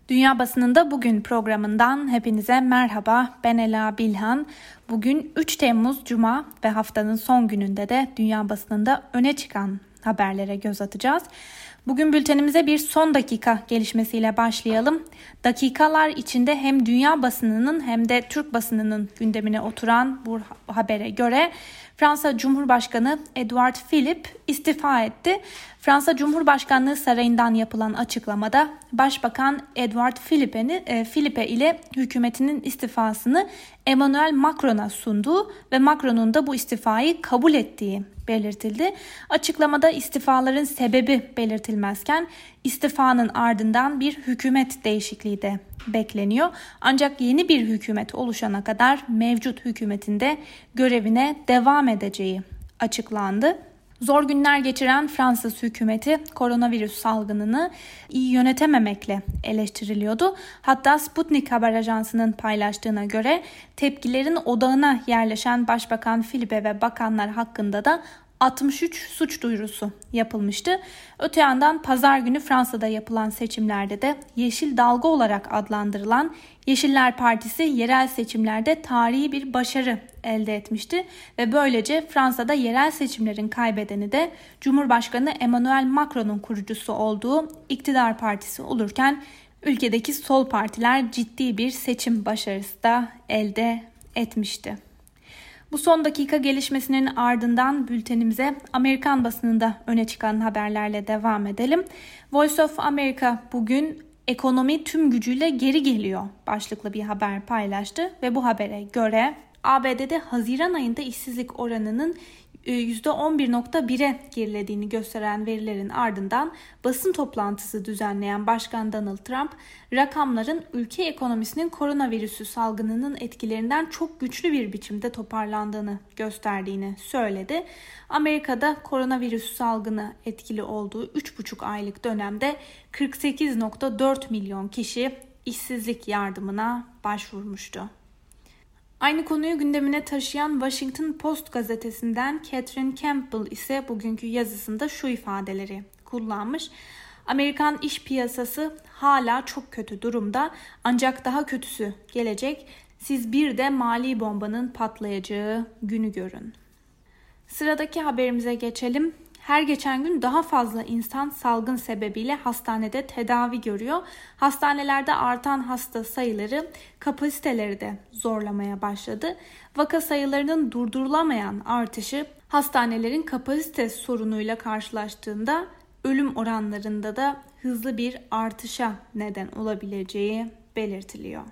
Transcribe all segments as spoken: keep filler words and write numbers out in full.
Dünya Basınında Bugün programından hepinize merhaba. Ben Ela Bilhan. Bugün üç Temmuz Cuma ve haftanın son gününde de dünya basınında öne çıkan haberlere göz atacağız. Bugün bültenimize bir son dakika gelişmesiyle başlayalım. Dakikalar içinde hem dünya basınının hem de Türk basınının gündemine oturan bu habere göre Fransa Cumhurbaşkanı Edouard Philippe istifa etti. Fransa Cumhurbaşkanlığı Sarayı'ndan yapılan açıklamada Başbakan Edouard Philippe, e, Philippe ile hükümetinin istifasını Emmanuel Macron'a sunduğu ve Macron'un da bu istifayı kabul ettiği belirtildi. Açıklamada istifaların sebebi belirtilmezken istifanın ardından bir hükümet değişikliği de bekleniyor. Ancak yeni bir hükümet oluşana kadar mevcut hükümetinde görevine devam edeceği açıklandı. Zor günler geçiren Fransız hükümeti koronavirüs salgınını iyi yönetememekle eleştiriliyordu. Hatta Sputnik haber ajansının paylaştığına göre tepkilerin odağına yerleşen Başbakan Philippe ve bakanlar hakkında da altmış üç suç duyurusu yapılmıştı. Öte yandan pazar günü Fransa'da yapılan seçimlerde de Yeşil Dalga olarak adlandırılan Yeşiller Partisi yerel seçimlerde tarihi bir başarı elde etmişti ve böylece Fransa'da yerel seçimlerin kaybedeni de Cumhurbaşkanı Emmanuel Macron'un kurucusu olduğu İktidar Partisi olurken ülkedeki sol partiler ciddi bir seçim başarısı da elde etmişti. Bu son dakika gelişmesinin ardından bültenimize Amerikan basınında öne çıkan haberlerle devam edelim. Voice of America bugün ekonomi tüm gücüyle geri geliyor başlıklı bir haber paylaştı ve bu habere göre A B D'de Haziran ayında işsizlik oranının yüzde on bir virgül bire gerilediğini gösteren verilerin ardından basın toplantısı düzenleyen Başkan Donald Trump, rakamların ülke ekonomisinin koronavirüsü salgınının etkilerinden çok güçlü bir biçimde toparlandığını gösterdiğini söyledi. Amerika'da koronavirüs salgını etkili olduğu üç buçuk aylık dönemde kırk sekiz virgül dört milyon kişi işsizlik yardımına başvurmuştu. Aynı konuyu gündemine taşıyan Washington Post gazetesinden Catherine Campbell ise bugünkü yazısında şu ifadeleri kullanmış. Amerikan iş piyasası hala çok kötü durumda ancak daha kötüsü gelecek. Siz bir de mali bombanın patlayacağı günü görün. Sıradaki haberimize geçelim. Her geçen gün daha fazla insan salgın sebebiyle hastanede tedavi görüyor. Hastanelerde artan hasta sayıları kapasiteleri de zorlamaya başladı. Vaka sayılarının durdurulamayan artışı hastanelerin kapasite sorunuyla karşılaştığında ölüm oranlarında da hızlı bir artışa neden olabileceği belirtiliyor.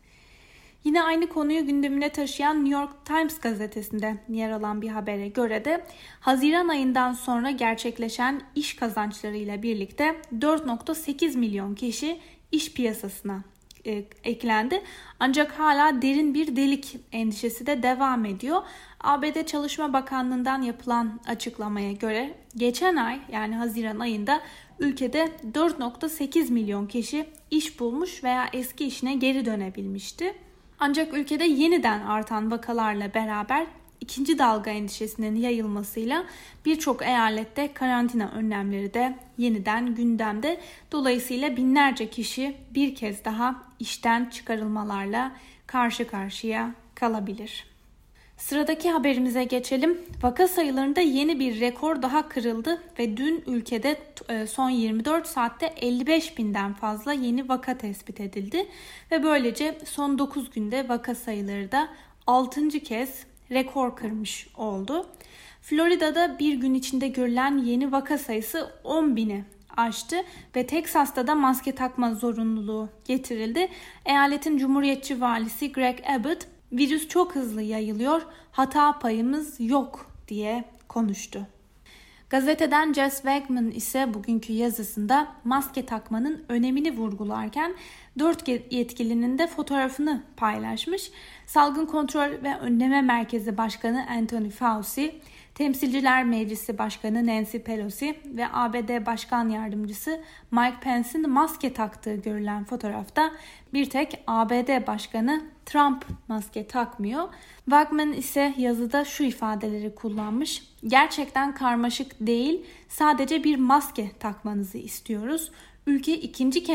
Yine aynı konuyu gündemine taşıyan New York Times gazetesinde yer alan bir habere göre de Haziran ayından sonra gerçekleşen iş kazançlarıyla birlikte dört virgül sekiz milyon kişi iş piyasasına e, eklendi. Ancak hala derin bir delik endişesi de devam ediyor. A B D Çalışma Bakanlığı'ndan yapılan açıklamaya göre geçen ay yani Haziran ayında ülkede dört virgül sekiz milyon kişi iş bulmuş veya eski işine geri dönebilmişti. Ancak ülkede yeniden artan vakalarla beraber ikinci dalga endişesinin yayılmasıyla birçok eyalette karantina önlemleri de yeniden gündemde. Dolayısıyla binlerce kişi bir kez daha işten çıkarılmalarla karşı karşıya kalabilir. Sıradaki haberimize geçelim. Vaka sayılarında yeni bir rekor daha kırıldı ve dün ülkede son yirmi dört saatte elli beş binden fazla yeni vaka tespit edildi. Ve böylece son dokuz günde vaka sayıları da altıncı kez rekor kırmış oldu. Florida'da bir gün içinde görülen yeni vaka sayısı on bini aştı ve Teksas'ta da maske takma zorunluluğu getirildi. Eyaletin Cumhuriyetçi valisi Greg Abbott, virüs çok hızlı yayılıyor, hata payımız yok diye konuştu. Gazeteden Jess Wegman ise bugünkü yazısında maske takmanın önemini vurgularken dört yetkilinin de fotoğrafını paylaşmış. Salgın Kontrol ve Önleme Merkezi Başkanı Anthony Fauci, Temsilciler Meclisi Başkanı Nancy Pelosi ve A B D Başkan Yardımcısı Mike Pence'in maske taktığı görülen fotoğrafta bir tek A B D Başkanı Trump maske takmıyor. Wegman ise yazıda şu ifadeleri kullanmış. Gerçekten karmaşık değil, sadece bir maske takmanızı istiyoruz. Ülke ikinci kez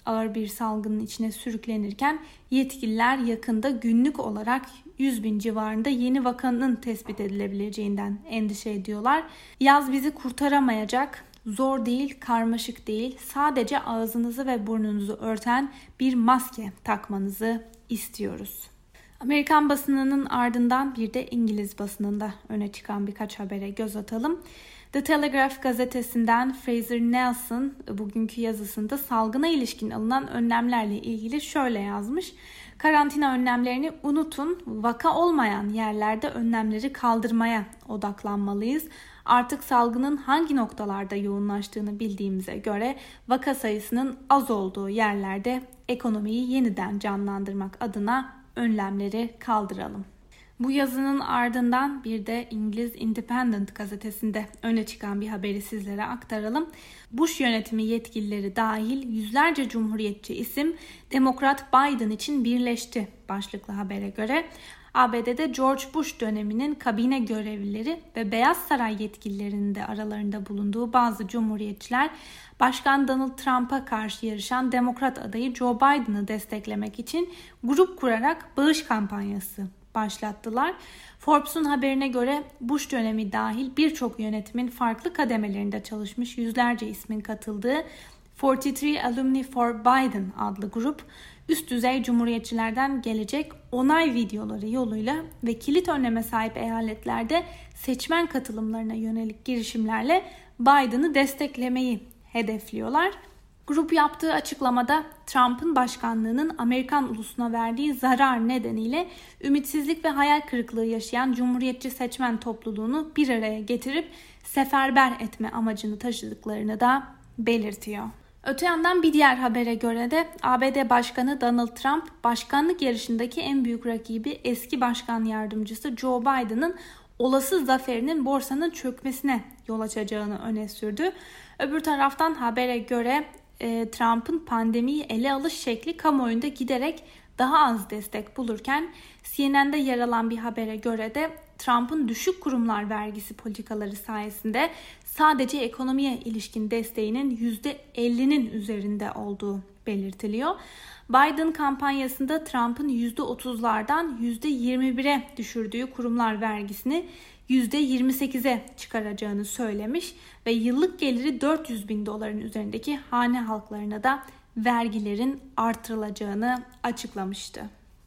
ağır bir salgının içine sürüklenirken yetkililer yakında günlük olarak yüz bin civarında yeni vakanın tespit edilebileceğinden endişe ediyorlar. Yaz bizi kurtaramayacak, zor değil, karmaşık değil, sadece ağzınızı ve burnunuzu örten bir maske takmanızı istiyoruz. Amerikan basınının ardından bir de İngiliz basınında öne çıkan birkaç habere göz atalım. The Telegraph gazetesinden Fraser Nelson bugünkü yazısında salgına ilişkin alınan önlemlerle ilgili şöyle yazmış. Karantina önlemlerini unutun, vaka olmayan yerlerde önlemleri kaldırmaya odaklanmalıyız. Artık salgının hangi noktalarda yoğunlaştığını bildiğimize göre vaka sayısının az olduğu yerlerde ekonomiyi yeniden canlandırmak adına önlemleri kaldıralım. Bu yazının ardından bir de İngiliz Independent gazetesinde öne çıkan bir haberi sizlere aktaralım. Bush yönetimi yetkilileri dahil yüzlerce cumhuriyetçi isim Demokrat Biden için birleşti başlıklı habere göre. A B D'de George Bush döneminin kabine görevlileri ve Beyaz Saray yetkililerinin de aralarında bulunduğu bazı cumhuriyetçiler Başkan Donald Trump'a karşı yarışan Demokrat adayı Joe Biden'ı desteklemek için grup kurarak bağış kampanyası başlattılar. Forbes'un haberine göre Bush dönemi dahil birçok yönetimin farklı kademelerinde çalışmış yüzlerce ismin katıldığı kırk üç Alumni for Biden adlı grup, üst düzey cumhuriyetçilerden gelecek onay videoları yoluyla ve kilit önleme sahip eyaletlerde seçmen katılımlarına yönelik girişimlerle Biden'ı desteklemeyi hedefliyorlar. Grup yaptığı açıklamada Trump'ın başkanlığının Amerikan ulusuna verdiği zarar nedeniyle ümitsizlik ve hayal kırıklığı yaşayan cumhuriyetçi seçmen topluluğunu bir araya getirip seferber etme amacını taşıdıklarını da belirtiyor. Öte yandan bir diğer habere göre de A B D Başkanı Donald Trump, başkanlık yarışındaki en büyük rakibi eski başkan yardımcısı Joe Biden'ın olası zaferinin borsanın çökmesine yol açacağını öne sürdü. Öbür taraftan habere göre e, Trump'ın pandemiyi ele alış şekli kamuoyunda giderek daha az destek bulurken C N N'de yer alan bir habere göre de Trump'ın düşük kurumlar vergisi politikaları sayesinde sadece ekonomiye ilişkin desteğinin yüzde ellinin üzerinde olduğu belirtiliyor. Biden kampanyasında Trump'ın yüzde otuzlardan yüzde yirmi bire düşürdüğü kurumlar vergisini yüzde yirmi sekize çıkaracağını söylemiş ve yıllık geliri dört yüz bin doların üzerindeki hane halklarına da vergilerin artırılacağını açıklamıştı.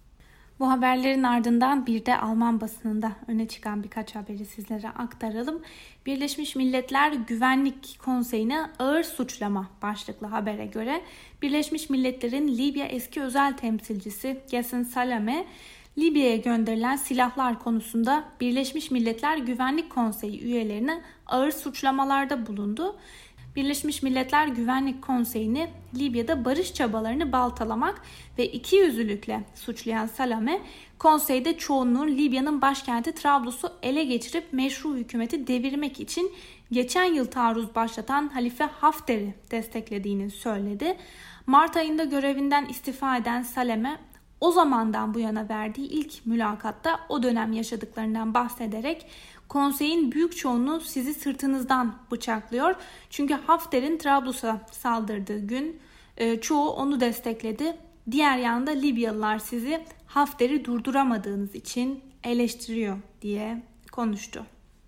Bu haberlerin ardından bir de Alman basınında öne çıkan birkaç haberi sizlere aktaralım. Birleşmiş Milletler Güvenlik Konseyi'ne ağır suçlama başlıklı habere göre Birleşmiş Milletler'in Libya eski özel temsilcisi Ghassan Salamé, Libya'ya gönderilen silahlar konusunda Birleşmiş Milletler Güvenlik Konseyi üyelerine ağır suçlamalarda bulundu. Birleşmiş Milletler Güvenlik Konseyi'ni Libya'da barış çabalarını baltalamak ve ikiyüzlülükle suçlayan Salamé, konseyde çoğunluğun Libya'nın başkenti Trablus'u ele geçirip meşru hükümeti devirmek için geçen yıl taarruz başlatan Halife Hafter'i desteklediğini söyledi. Mart ayında görevinden istifa eden Salamé, o zamandan bu yana verdiği ilk mülakatta o dönem yaşadıklarından bahsederek konseyin büyük çoğunluğu sizi sırtınızdan bıçaklıyor. Çünkü Hafter'in Trablus'a saldırdığı gün e, çoğu onu destekledi. Diğer yanda Libyalılar sizi Hafter'i durduramadığınız için eleştiriyor diye konuştu.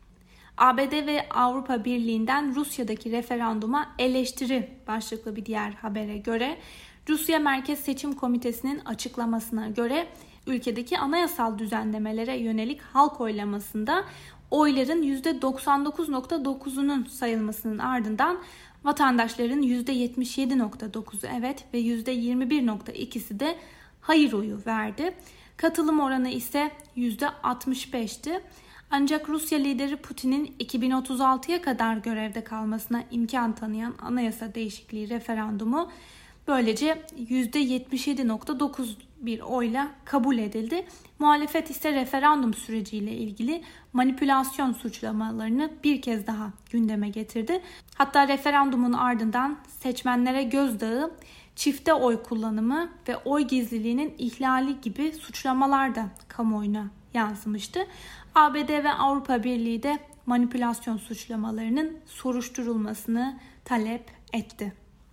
A B D ve Avrupa Birliği'nden Rusya'daki referanduma eleştiri başlıklı bir diğer habere göre Rusya Merkez Seçim Komitesi'nin açıklamasına göre ülkedeki anayasal düzenlemelere yönelik halk oylamasında oyların yüzde doksan dokuz virgül dokuzunun sayılmasının ardından vatandaşların yüzde yetmiş yedi virgül dokuzu evet ve yüzde yirmi bir virgül ikisi de hayır oyu verdi. Katılım oranı ise yüzde altmış beşti. Ancak Rusya lideri Putin'in iki bin otuz altıya kadar görevde kalmasına imkan tanıyan anayasa değişikliği referandumu böylece yüzde yetmiş yedi virgül dokuz bir oyla kabul edildi. Muhalefet ise referandum süreciyle ilgili manipülasyon suçlamalarını bir kez daha gündeme getirdi. Hatta referandumun ardından seçmenlere gözdağı, çifte oy kullanımı ve oy gizliliğinin ihlali gibi suçlamalar da kamuoyuna yansımıştı. A B D ve Avrupa Birliği de manipülasyon suçlamalarının soruşturulmasını talep etti.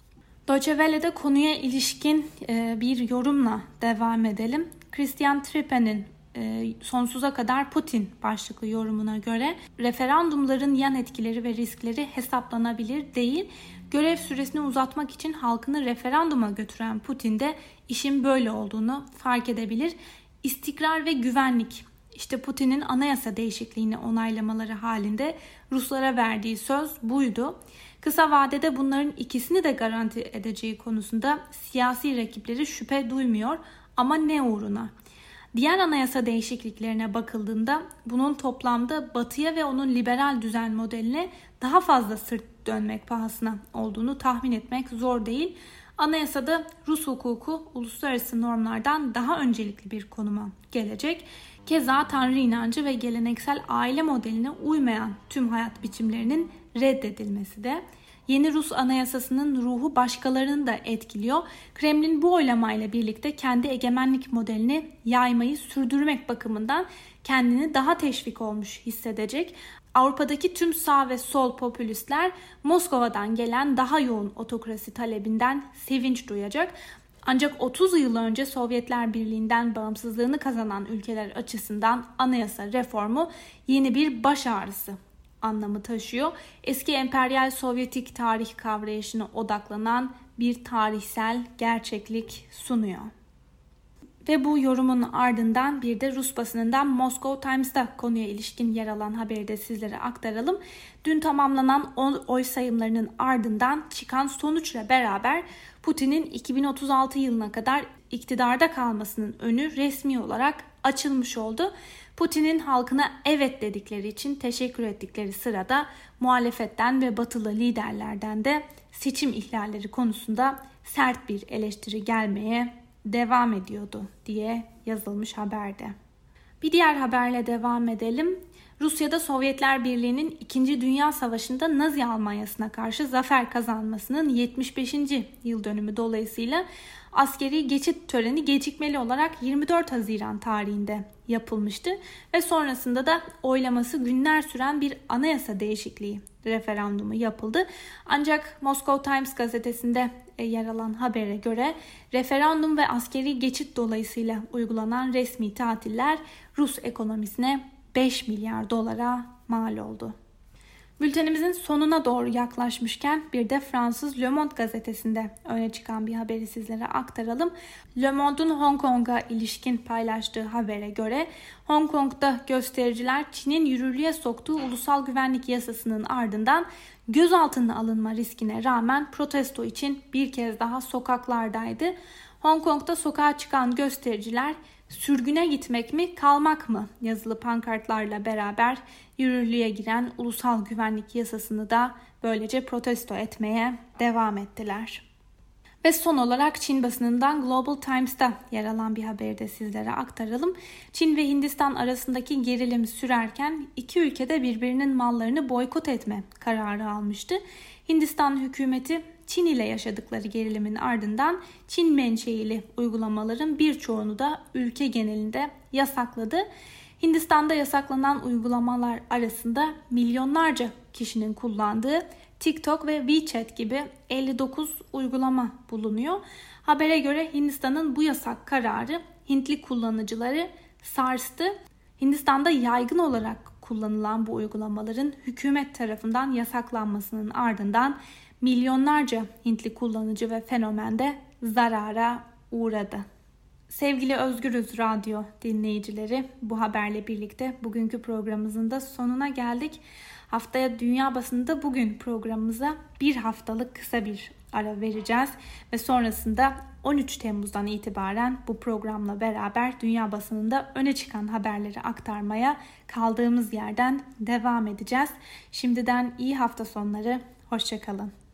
Deutsche Welle'de konuya ilişkin bir yorumla devam edelim. Christian Trippe'nin sonsuza kadar Putin başlıklı yorumuna göre referandumların yan etkileri ve riskleri hesaplanabilir değil. Görev süresini uzatmak için halkını referanduma götüren Putin de işin böyle olduğunu fark edebilir. İstikrar ve güvenlik, işte Putin'in anayasa değişikliğini onaylamaları halinde Ruslara verdiği söz buydu. Kısa vadede bunların ikisini de garanti edeceği konusunda siyasi rakipleri şüphe duymuyor, ama ne uğruna? Diğer anayasa değişikliklerine bakıldığında bunun toplamda Batı'ya ve onun liberal düzen modeline daha fazla sırt dönmek pahasına olduğunu tahmin etmek zor değil. Anayasada Rus hukuku uluslararası normlardan daha öncelikli bir konuma gelecek. Keza Tanrı inancı ve geleneksel aile modeline uymayan tüm hayat biçimlerinin reddedilmesi de. Yeni Rus anayasasının ruhu başkalarını da etkiliyor. Kremlin bu oylamayla birlikte kendi egemenlik modelini yaymayı sürdürmek bakımından kendini daha teşvik olmuş hissedecek. Avrupa'daki tüm sağ ve sol popülistler Moskova'dan gelen daha yoğun otokrasi talebinden sevinç duyacak. Ancak otuz yıl önce Sovyetler Birliği'nden bağımsızlığını kazanan ülkeler açısından anayasa reformu yeni bir baş ağrısı anlamı taşıyor. Eski emperyal Sovyetik tarih kavrayışına odaklanan bir tarihsel gerçeklik sunuyor. Ve bu yorumun ardından bir de Rus basınından Moscow Times'ta konuya ilişkin yer alan haberi de sizlere aktaralım. Dün tamamlanan oy sayımlarının ardından çıkan sonuçla beraber Putin'in iki bin otuz altı yılına kadar iktidarda kalmasının önü resmi olarak açılmış oldu. Putin'in halkına evet dedikleri için teşekkür ettikleri sırada muhalefetten ve batılı liderlerden de seçim ihlalleri konusunda sert bir eleştiri gelmeye devam ediyordu diye yazılmış haberde. Bir diğer haberle devam edelim. Rusya'da Sovyetler Birliği'nin İkinci Dünya Savaşı'nda Nazi Almanyası'na karşı zafer kazanmasının yetmiş beşinci yıl dönümü dolayısıyla askeri geçit töreni gecikmeli olarak yirmi dört Haziran tarihinde yapılmıştı ve sonrasında da oylaması günler süren bir anayasa değişikliği referandumu yapıldı. Ancak Moscow Times gazetesinde yer alan habere göre referandum ve askeri geçit dolayısıyla uygulanan resmi tatiller Rus ekonomisine beş milyar dolara mal oldu. Bültenimizin sonuna doğru yaklaşmışken bir de Fransız Le Monde gazetesinde öne çıkan bir haberi sizlere aktaralım. Le Monde'un Hong Kong'a ilişkin paylaştığı habere göre Hong Kong'da göstericiler Çin'in yürürlüğe soktuğu ulusal güvenlik yasasının ardından gözaltına alınma riskine rağmen protesto için bir kez daha sokaklardaydı. Hong Kong'da sokağa çıkan göstericiler sürgüne gitmek mi kalmak mı yazılı pankartlarla beraber yürürlüğe giren ulusal güvenlik yasasını da böylece protesto etmeye devam ettiler. Ve son olarak Çin basınından Global Times'ta yer alan bir haberi de sizlere aktaralım. Çin ve Hindistan arasındaki gerilim sürerken iki ülkede birbirinin mallarını boykot etme kararı almıştı. Hindistan hükümeti Çin ile yaşadıkları gerilimin ardından Çin menşeili uygulamaların birçoğunu da ülke genelinde yasakladı. Hindistan'da yasaklanan uygulamalar arasında milyonlarca kişinin kullandığı TikTok ve WeChat gibi elli dokuz uygulama bulunuyor. Habere göre Hindistan'ın bu yasak kararı Hintli kullanıcıları sarstı. Hindistan'da yaygın olarak kullanılan bu uygulamaların hükümet tarafından yasaklanmasının ardından milyonlarca Hintli kullanıcı ve fenomen de zarara uğradı. Sevgili Özgürüz Radyo dinleyicileri, bu haberle birlikte bugünkü programımızın da sonuna geldik. Haftaya Dünya Basınında Bugün programımıza bir haftalık kısa bir ara vereceğiz ve sonrasında on üç Temmuz'dan itibaren bu programla beraber dünya basınında öne çıkan haberleri aktarmaya kaldığımız yerden devam edeceğiz. Şimdiden iyi hafta sonları, hoşça kalın.